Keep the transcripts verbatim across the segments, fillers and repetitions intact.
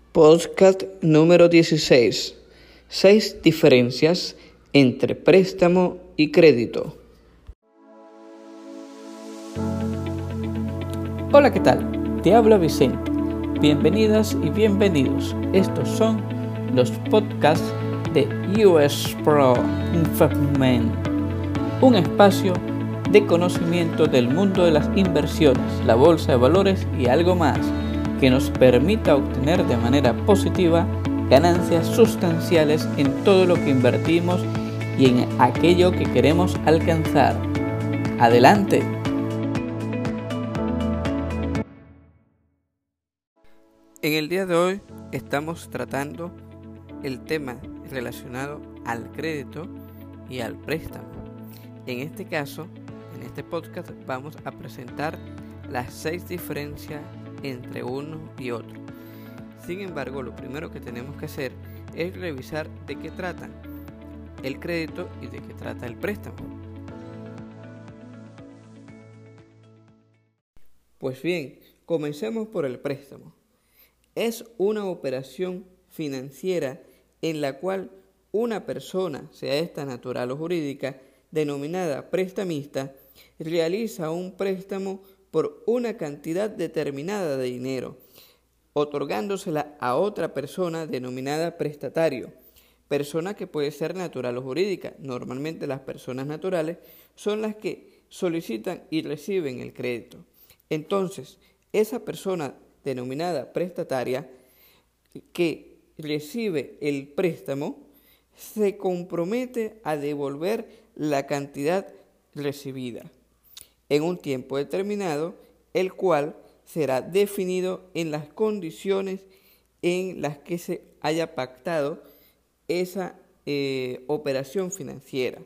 Podcast número dieciséis. Seis diferencias entre préstamo y crédito. Hola, ¿qué tal? Te habla Vicente. Bienvenidas y bienvenidos. Estos son los podcasts de U S Pro Investment, un espacio de conocimiento del mundo de las inversiones, la bolsa de valores y algo más, que nos permita obtener de manera positiva ganancias sustanciales en todo lo que invertimos y en aquello que queremos alcanzar. ¡Adelante! En el día de hoy estamos tratando el tema relacionado al crédito y al préstamo. En este caso, en este podcast vamos a presentar las seis diferencias entre uno y otro. Sin embargo, lo primero que tenemos que hacer es revisar de qué tratan el crédito y de qué trata el préstamo. Pues bien, comencemos por el préstamo. Es una operación financiera en la cual una persona, sea esta natural o jurídica, denominada prestamista, realiza un préstamo por una cantidad determinada de dinero, otorgándosela a otra persona denominada prestatario, persona que puede ser natural o jurídica. Normalmente las personas naturales son las que solicitan y reciben el crédito. Entonces, esa persona denominada prestataria que recibe el préstamo se compromete a devolver la cantidad recibida en un tiempo determinado, el cual será definido en las condiciones en las que se haya pactado esa eh, operación financiera.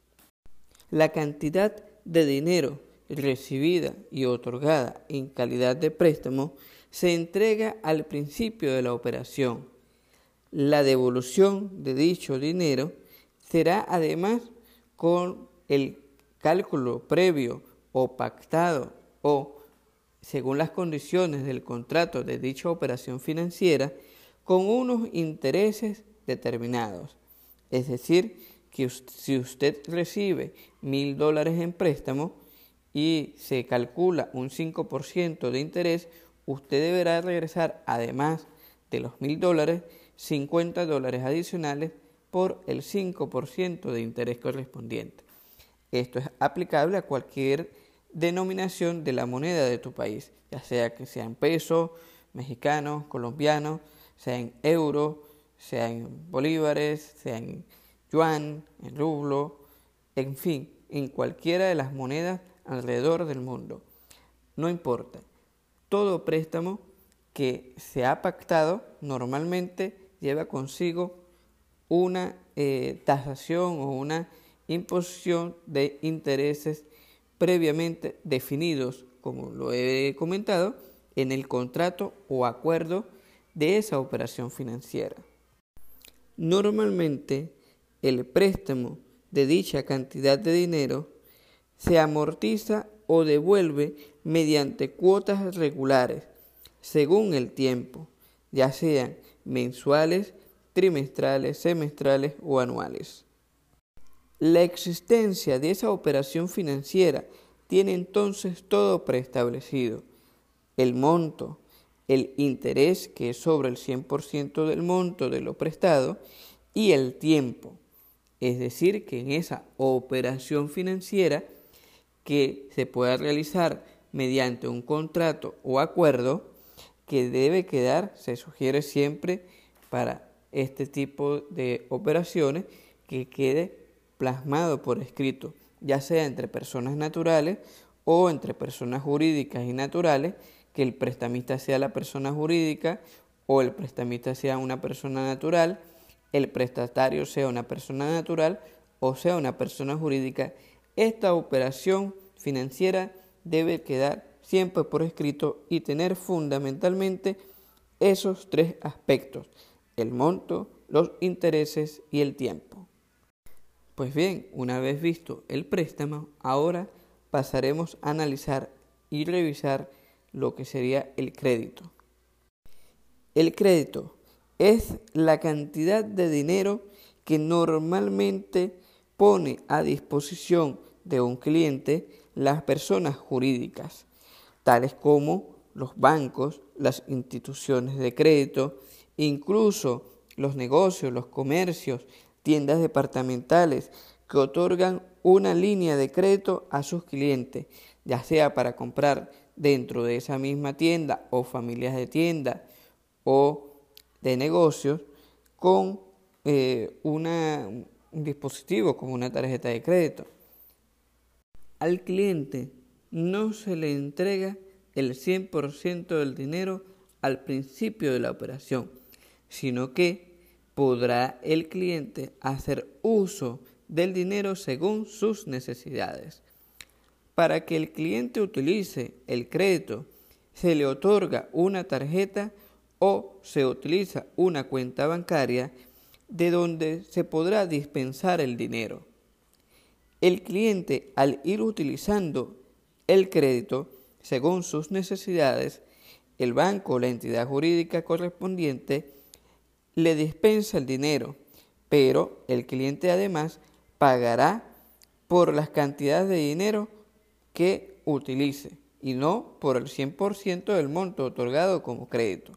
La cantidad de dinero recibida y otorgada en calidad de préstamo se entrega al principio de la operación. La devolución de dicho dinero será además con el cálculo previo o pactado o según las condiciones del contrato de dicha operación financiera con unos intereses determinados. Es decir, que si usted recibe mil dólares en préstamo y se calcula un cinco por ciento de interés, usted deberá regresar, además de los mil dólares, cincuenta dólares adicionales por el cinco por ciento de interés correspondiente. Esto es aplicable a cualquier denominación de la moneda de tu país, ya sea que sea en peso, mexicano, colombiano, sea en euro, sea en bolívares, sea en yuan, en rublo, en fin, en cualquiera de las monedas alrededor del mundo. No importa, todo préstamo que se ha pactado normalmente lleva consigo una eh, tasación o una imposición de intereses previamente definidos, como lo he comentado, en el contrato o acuerdo de esa operación financiera. Normalmente, el préstamo de dicha cantidad de dinero se amortiza o devuelve mediante cuotas regulares, según el tiempo, ya sean mensuales, trimestrales, semestrales o anuales. La existencia de esa operación financiera tiene entonces todo preestablecido: el monto, el interés, que es sobre el cien por ciento del monto de lo prestado, y el tiempo. Es decir, que en esa operación financiera que se pueda realizar mediante un contrato o acuerdo, que debe quedar, se sugiere siempre para este tipo de operaciones, que quede plasmado por escrito, ya sea entre personas naturales o entre personas jurídicas y naturales, que el prestamista sea la persona jurídica o el prestamista sea una persona natural, el prestatario sea una persona natural o sea una persona jurídica. Esta operación financiera debe quedar siempre por escrito y tener fundamentalmente esos tres aspectos: el monto, los intereses y el tiempo. Pues bien, una vez visto el préstamo, ahora pasaremos a analizar y revisar lo que sería el crédito. El crédito es la cantidad de dinero que normalmente pone a disposición de un cliente las personas jurídicas, tales como los bancos, las instituciones de crédito, incluso los negocios, los comercios, tiendas departamentales que otorgan una línea de crédito a sus clientes, ya sea para comprar dentro de esa misma tienda o familias de tienda o de negocios con eh, una, un dispositivo como una tarjeta de crédito. Al cliente no se le entrega el cien por ciento del dinero al principio de la operación, sino que podrá el cliente hacer uso del dinero según sus necesidades. Para que el cliente utilice el crédito, se le otorga una tarjeta o se utiliza una cuenta bancaria de donde se podrá dispensar el dinero. El cliente, al ir utilizando el crédito según sus necesidades, el banco o la entidad jurídica correspondiente le dispensa el dinero, pero el cliente además pagará por las cantidades de dinero que utilice y no por el cien por ciento del monto otorgado como crédito.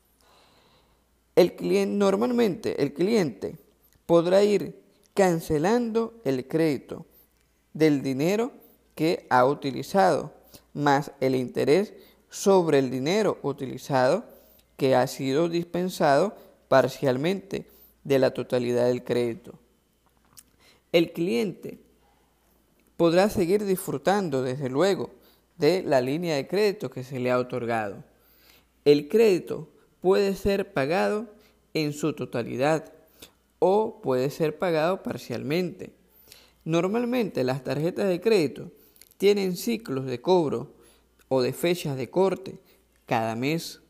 El cliente, normalmente el cliente podrá ir cancelando el crédito del dinero que ha utilizado, más el interés sobre el dinero utilizado que ha sido dispensado parcialmente de la totalidad del crédito. El cliente podrá seguir disfrutando, desde luego, de la línea de crédito que se le ha otorgado. El crédito puede ser pagado en su totalidad o puede ser pagado parcialmente. Normalmente las tarjetas de crédito tienen ciclos de cobro o de fechas de corte cada mes.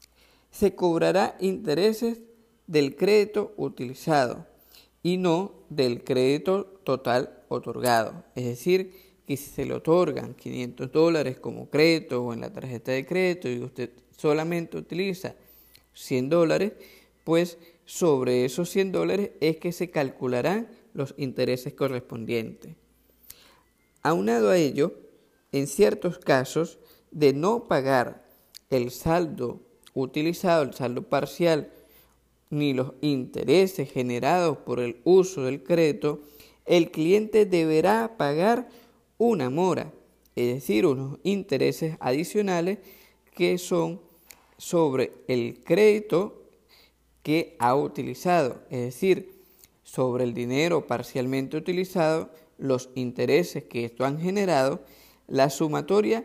Se cobrará intereses del crédito utilizado y no del crédito total otorgado. Es decir, que si se le otorgan quinientos dólares como crédito o en la tarjeta de crédito y usted solamente utiliza cien dólares, pues sobre esos cien dólares es que se calcularán los intereses correspondientes. Aunado a ello, en ciertos casos de no pagar el saldo utilizado, el saldo parcial, ni los intereses generados por el uso del crédito, el cliente deberá pagar una mora, es decir, unos intereses adicionales que son sobre el crédito que ha utilizado, es decir, sobre el dinero parcialmente utilizado, los intereses que esto han generado, la sumatoria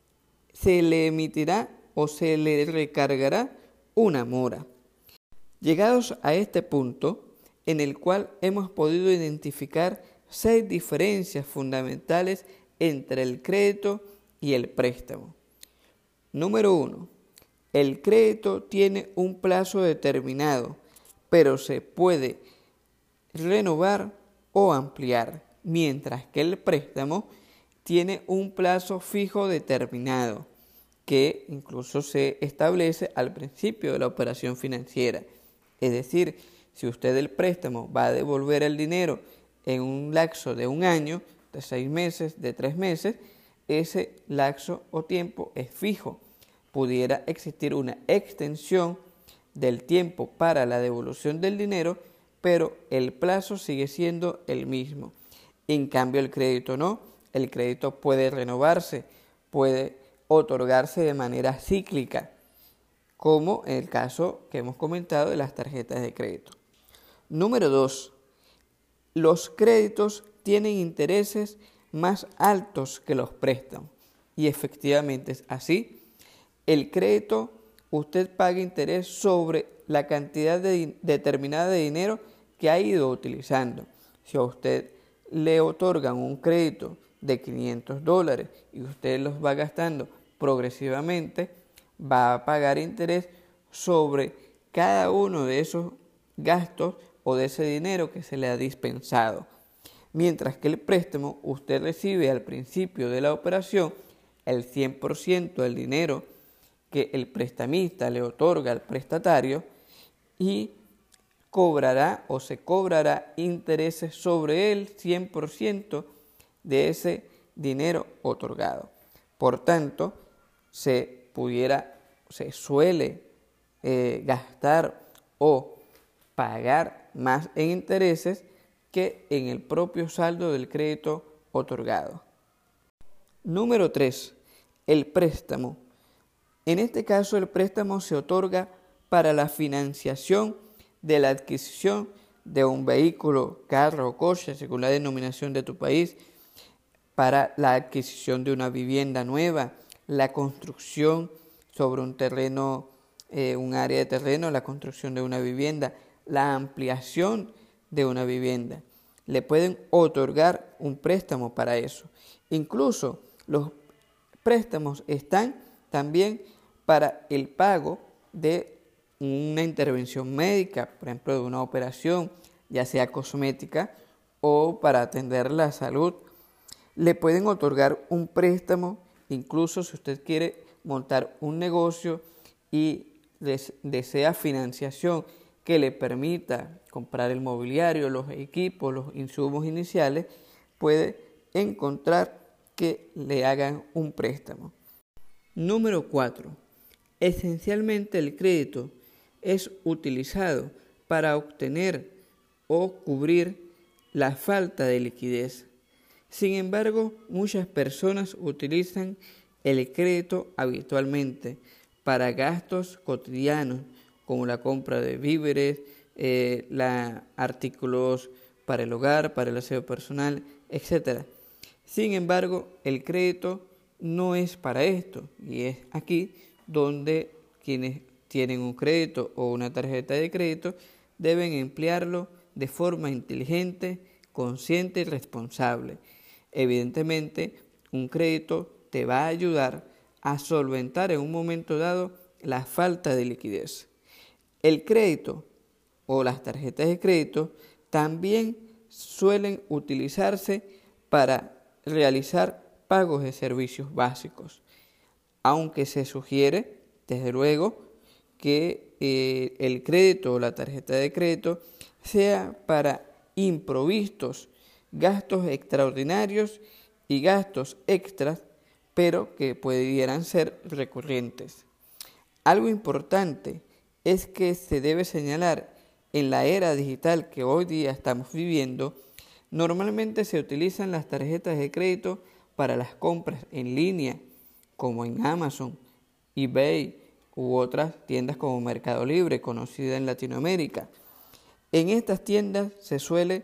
se le emitirá o se le recargará una mora. Llegados a este punto, en el cual hemos podido identificar seis diferencias fundamentales entre el crédito y el préstamo. Número uno. El crédito tiene un plazo determinado, pero se puede renovar o ampliar, mientras que el préstamo tiene un plazo fijo determinado, que incluso se establece al principio de la operación financiera. Es decir, si usted el préstamo va a devolver el dinero en un lapso de un año, de seis meses, de tres meses, ese lapso o tiempo es fijo. Pudiera existir una extensión del tiempo para la devolución del dinero, pero el plazo sigue siendo el mismo. En cambio, el crédito no. El crédito puede renovarse, puede otorgarse de manera cíclica, como en el caso que hemos comentado de las tarjetas de crédito. Número dos. Los créditos tienen intereses más altos que los préstamos. Y efectivamente es así. El crédito, usted paga interés sobre la cantidad de, determinada de dinero que ha ido utilizando. Si a usted le otorgan un crédito de quinientos dólares y usted los va gastando progresivamente, va a pagar interés sobre cada uno de esos gastos o de ese dinero que se le ha dispensado. Mientras que el préstamo, usted recibe al principio de la operación el cien por ciento del dinero que el prestamista le otorga al prestatario y cobrará o se cobrará intereses sobre el cien por ciento de ese dinero otorgado. Por tanto, se pudiera, se suele eh, gastar o pagar más en intereses que en el propio saldo del crédito otorgado. Número tres. El préstamo. En este caso, el préstamo se otorga para la financiación de la adquisición de un vehículo, carro o coche, según la denominación de tu país, para la adquisición de una vivienda nueva, la construcción sobre un terreno, eh, un área de terreno, la construcción de una vivienda, la ampliación de una vivienda. Le pueden otorgar un préstamo para eso. Incluso los préstamos están también para el pago de una intervención médica, por ejemplo, de una operación, ya sea cosmética o para atender la salud. Le pueden otorgar un préstamo, incluso si usted quiere montar un negocio y desea financiación que le permita comprar el mobiliario, los equipos, los insumos iniciales, puede encontrar que le hagan un préstamo. Número cuatro. Esencialmente el crédito es utilizado para obtener o cubrir la falta de liquidez. Sin embargo, muchas personas utilizan el crédito habitualmente para gastos cotidianos, como la compra de víveres, eh, la, artículos para el hogar, para el aseo personal, etcétera. Sin embargo, el crédito no es para esto, y es aquí donde quienes tienen un crédito o una tarjeta de crédito deben emplearlo de forma inteligente, consciente y responsable. Evidentemente, un crédito te va a ayudar a solventar en un momento dado la falta de liquidez. El crédito o las tarjetas de crédito también suelen utilizarse para realizar pagos de servicios básicos, aunque se sugiere, desde luego, que eh, el crédito o la tarjeta de crédito sea para imprevistos, gastos extraordinarios y gastos extras, pero que pudieran ser recurrentes. Algo importante es que se debe señalar en la era digital que hoy día estamos viviendo, normalmente se utilizan las tarjetas de crédito para las compras en línea, como en Amazon, eBay u otras tiendas como Mercado Libre, conocida en Latinoamérica. En estas tiendas se suele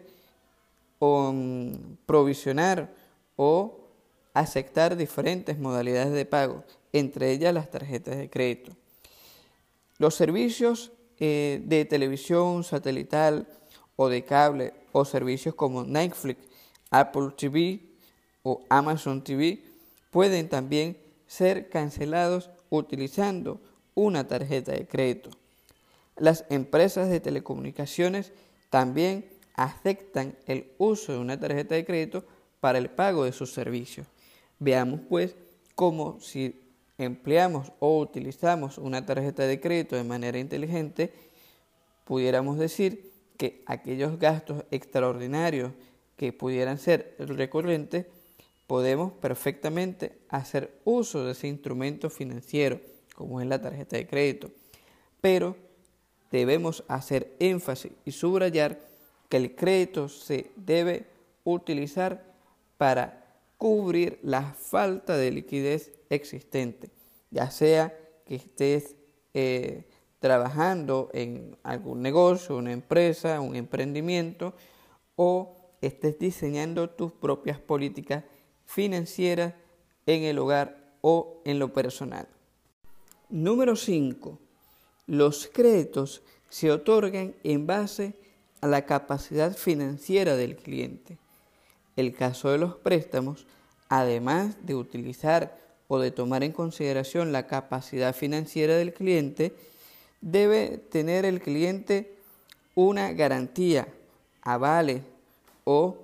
um, provisionar o aceptar diferentes modalidades de pago, entre ellas las tarjetas de crédito. Los servicios eh, de televisión satelital o de cable o servicios como Netflix, Apple T V o Amazon T V pueden también ser cancelados utilizando una tarjeta de crédito. Las empresas de telecomunicaciones también aceptan el uso de una tarjeta de crédito para el pago de sus servicios. Veamos pues cómo si empleamos o utilizamos una tarjeta de crédito de manera inteligente, pudiéramos decir que aquellos gastos extraordinarios que pudieran ser recurrentes, podemos perfectamente hacer uso de ese instrumento financiero, como es la tarjeta de crédito. Pero debemos hacer énfasis y subrayar que el crédito se debe utilizar para cubrir la falta de liquidez existente, ya sea que estés eh, trabajando en algún negocio, una empresa, un emprendimiento, o estés diseñando tus propias políticas financieras en el hogar o en lo personal. Número cinco. Los créditos se otorgan en base a la capacidad financiera del cliente. El caso de los préstamos, además de utilizar o de tomar en consideración la capacidad financiera del cliente, debe tener el cliente una garantía, avales o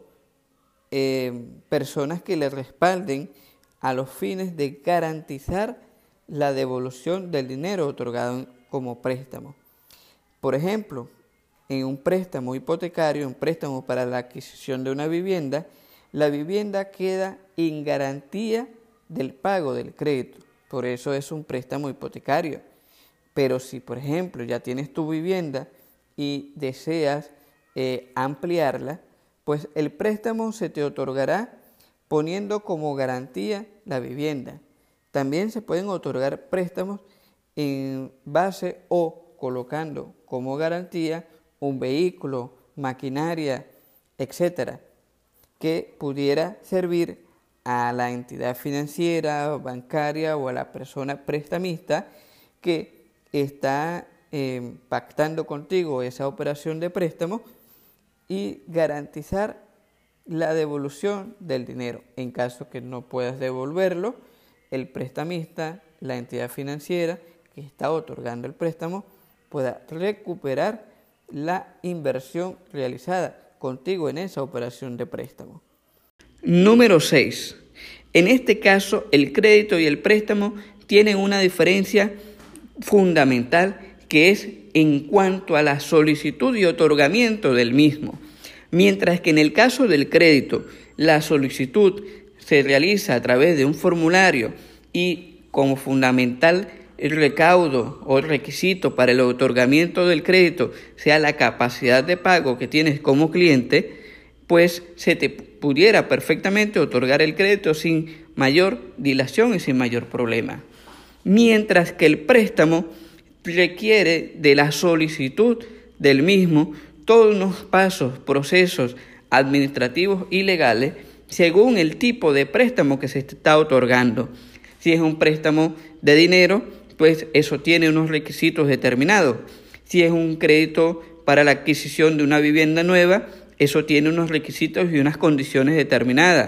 eh, personas que le respalden a los fines de garantizar la devolución del dinero otorgado como préstamo. Por ejemplo, en un préstamo hipotecario, un préstamo para la adquisición de una vivienda, la vivienda queda en garantía del pago del crédito. Por eso es un préstamo hipotecario. Pero si, por ejemplo, ya tienes tu vivienda y deseas eh, ampliarla, pues el préstamo se te otorgará poniendo como garantía la vivienda. También se pueden otorgar préstamos en base o colocando como garantía un vehículo, maquinaria, etcétera, que pudiera servir a la entidad financiera, bancaria o a la persona prestamista que está eh, pactando contigo esa operación de préstamo y garantizar la devolución del dinero. En caso que no puedas devolverlo, el prestamista, la entidad financiera que está otorgando el préstamo, pueda recuperar la inversión realizada contigo en esa operación de préstamo. Número seis. En este caso, el crédito y el préstamo tienen una diferencia fundamental, que es en cuanto a la solicitud y otorgamiento del mismo. Mientras que en el caso del crédito, la solicitud se realiza a través de un formulario y como fundamental el recaudo o el requisito para el otorgamiento del crédito sea la capacidad de pago que tienes como cliente, pues se te pudiera perfectamente otorgar el crédito sin mayor dilación y sin mayor problema. Mientras que el préstamo requiere de la solicitud del mismo todos los pasos, procesos administrativos y legales según el tipo de préstamo que se está otorgando. Si es un préstamo de dinero, pues eso tiene unos requisitos determinados. Si es un crédito para la adquisición de una vivienda nueva, eso tiene unos requisitos y unas condiciones determinadas.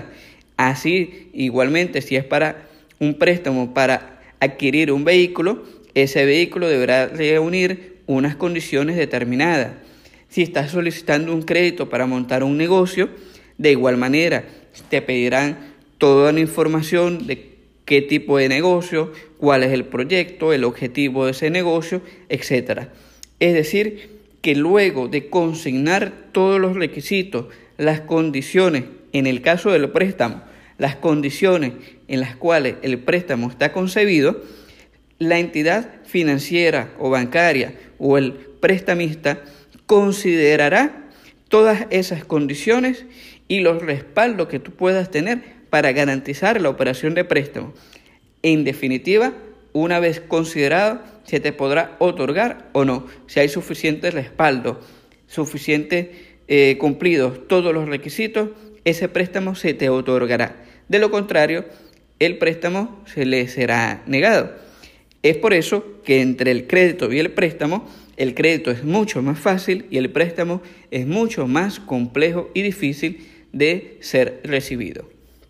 Así, igualmente, si es para un préstamo para adquirir un vehículo, ese vehículo deberá reunir unas condiciones determinadas. Si estás solicitando un crédito para montar un negocio, de igual manera te pedirán toda la información de qué tipo de negocio, cuál es el proyecto, el objetivo de ese negocio, etcétera. Es decir, que luego de consignar todos los requisitos, las condiciones, en el caso del préstamo, las condiciones en las cuales el préstamo está concebido, la entidad financiera o bancaria o el prestamista considerará todas esas condiciones y los respaldos que tú puedas tener para garantizar la operación de préstamo. En definitiva, una vez considerado, se te podrá otorgar o no. Si hay suficiente respaldo, suficiente eh, cumplidos todos los requisitos, ese préstamo se te otorgará. De lo contrario, el préstamo se le será negado. Es por eso que entre el crédito y el préstamo, el crédito es mucho más fácil y el préstamo es mucho más complejo y difícil de ser recibido.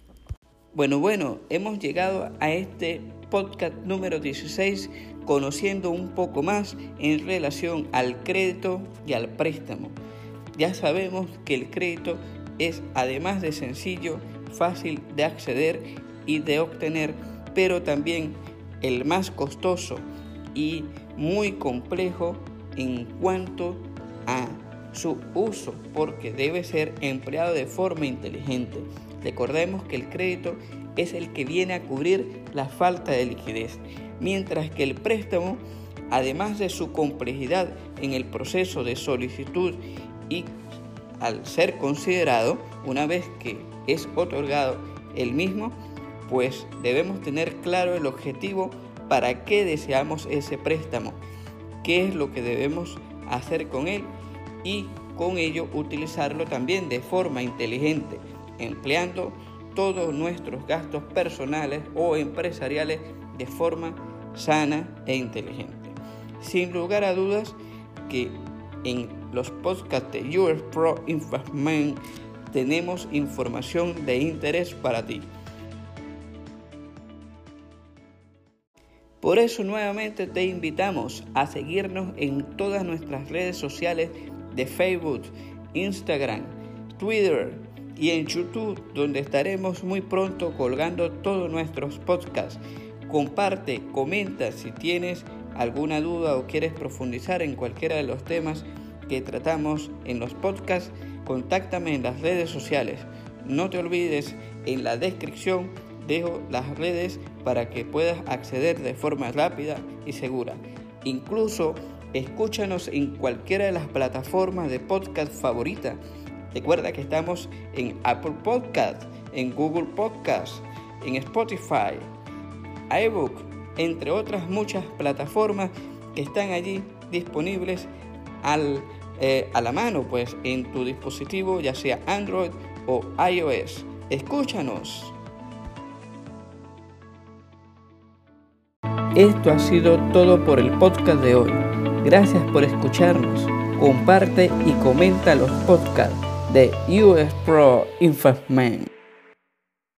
Bueno, bueno, hemos llegado a este podcast número dieciséis, conociendo un poco más en relación al crédito y al préstamo. Ya sabemos que el crédito es, además de sencillo, fácil de acceder y de obtener, pero también el más costoso y muy complejo en cuanto a su uso, porque debe ser empleado de forma inteligente. Recordemos que el crédito es el que viene a cubrir la falta de liquidez, mientras que el préstamo, además de su complejidad en el proceso de solicitud y al ser considerado, una vez que es otorgado el mismo, pues debemos tener claro el objetivo para qué deseamos ese préstamo, qué es lo que debemos hacer con él y con ello utilizarlo también de forma inteligente, empleando todos nuestros gastos personales o empresariales de forma sana e inteligente. Sin lugar a dudas que en los podcasts de U S Pro Investment tenemos información de interés para ti. Por eso nuevamente te invitamos a seguirnos en todas nuestras redes sociales de Facebook, Instagram, Twitter y en YouTube, donde estaremos muy pronto colgando todos nuestros podcasts Comparte, comenta si tienes alguna duda o quieres profundizar en cualquiera de los temas que tratamos en los podcasts. Contáctame en las redes sociales. No te olvides, en la descripción dejo las redes para que puedas acceder de forma rápida y segura. Incluso escúchanos en cualquiera de las plataformas de podcast favorita. Recuerda que estamos en Apple Podcasts, en Google Podcasts, en Spotify, iBook, entre otras muchas plataformas que están allí disponibles al, eh, a la mano, pues en tu dispositivo, ya sea Android o iOS. Escúchanos. Esto ha sido todo por el podcast de hoy. Gracias por escucharnos. Comparte y comenta los podcasts de U S Pro Investment.